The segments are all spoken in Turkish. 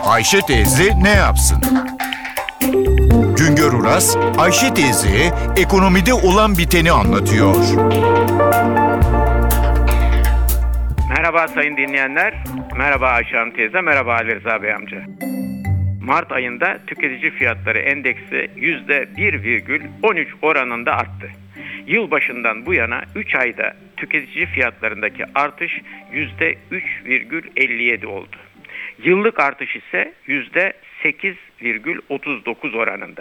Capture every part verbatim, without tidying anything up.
Ayşe teyze ne yapsın? Güngör Uras, Ayşe teyzeye ekonomide olan biteni anlatıyor. Merhaba sayın dinleyenler, merhaba Ayşe Hanım teyze, merhaba Ali Rıza Bey amca. Mart ayında tüketici fiyatları endeksi yüzde bir virgül on üç oranında arttı. Yılbaşından bu yana üç ayda tüketici fiyatlarındaki artış yüzde üç virgül elli yedi oldu. Yıllık artış ise yüzde sekiz virgül otuz dokuz oranında.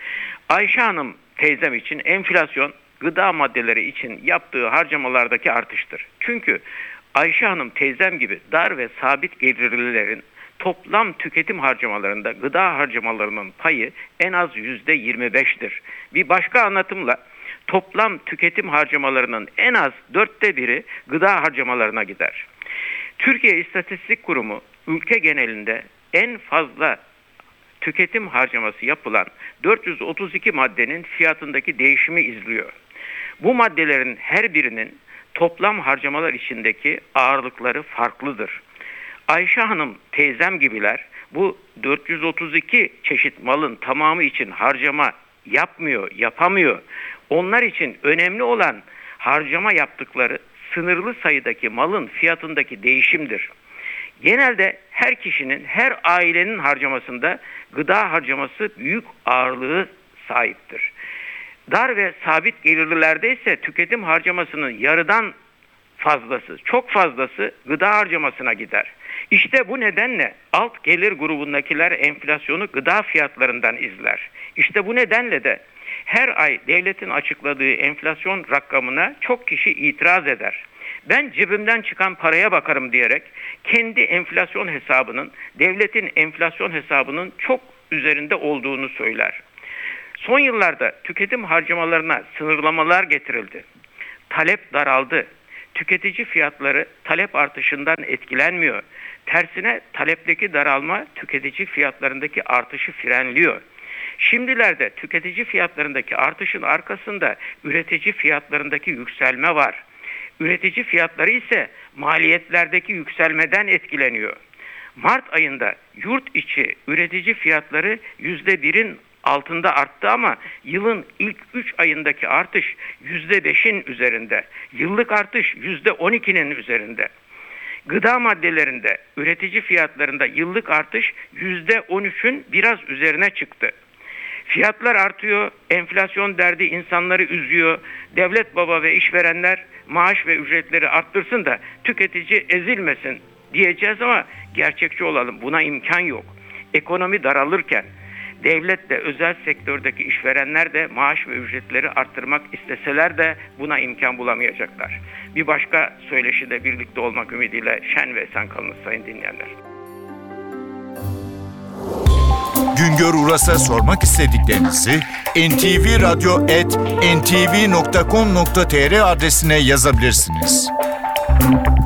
Ayşe Hanım teyzem için enflasyon gıda maddeleri için yaptığı harcamalardaki artıştır. Çünkü Ayşe Hanım teyzem gibi dar ve sabit gelirlilerin toplam tüketim harcamalarında gıda harcamalarının payı en az yüzde yirmi beştir. Bir başka anlatımla toplam tüketim harcamalarının en az dörtte biri gıda harcamalarına gider. Türkiye İstatistik Kurumu ülke genelinde en fazla tüketim harcaması yapılan dört yüz otuz iki maddenin fiyatındaki değişimi izliyor. Bu maddelerin her birinin toplam harcamalar içindeki ağırlıkları farklıdır. Ayşe Hanım teyzem gibiler bu dört yüz otuz iki çeşit malın tamamı için harcama yapmıyor, yapamıyor. Onlar için önemli olan harcama yaptıkları sınırlı sayıdaki malın fiyatındaki değişimdir. Genelde her kişinin, her ailenin harcamasında gıda harcaması büyük ağırlığı sahiptir. Dar ve sabit gelirlilerde ise tüketim harcamasının yarıdan fazlası, çok fazlası gıda harcamasına gider. İşte bu nedenle alt gelir grubundakiler enflasyonu gıda fiyatlarından izler. İşte bu nedenle de her ay devletin açıkladığı enflasyon rakamına çok kişi itiraz eder. Ben cebimden çıkan paraya bakarım diyerek kendi enflasyon hesabının, devletin enflasyon hesabının çok üzerinde olduğunu söyler. Son yıllarda tüketim harcamalarına sınırlamalar getirildi. Talep daraldı. Tüketici fiyatları talep artışından etkilenmiyor. Tersine talepteki daralma tüketici fiyatlarındaki artışı frenliyor. Şimdilerde tüketici fiyatlarındaki artışın arkasında üretici fiyatlarındaki yükselme var. Üretici fiyatları ise maliyetlerdeki yükselmeden etkileniyor. Mart ayında yurt içi üretici fiyatları yüzde birin altında arttı ama yılın ilk üç ayındaki artış yüzde beşin üzerinde. Yıllık artış yüzde on ikinin üzerinde. Gıda maddelerinde üretici fiyatlarında yıllık artış yüzde on üçün biraz üzerine çıktı. Fiyatlar artıyor, enflasyon derdi insanları üzüyor. Devlet baba ve işverenler maaş ve ücretleri arttırsın da tüketici ezilmesin diyeceğiz ama gerçekçi olalım. Buna imkan yok. Ekonomi daralırken devlet de özel sektördeki işverenler de maaş ve ücretleri arttırmak isteseler de buna imkan bulamayacaklar. Bir başka söyleşide birlikte olmak ümidiyle şen ve esen kalınız sayın dinleyenler. Güngör Uras'a sormak istediklerinizi en ti vi radyo at en ti vi nokta com nokta tr adresine yazabilirsiniz.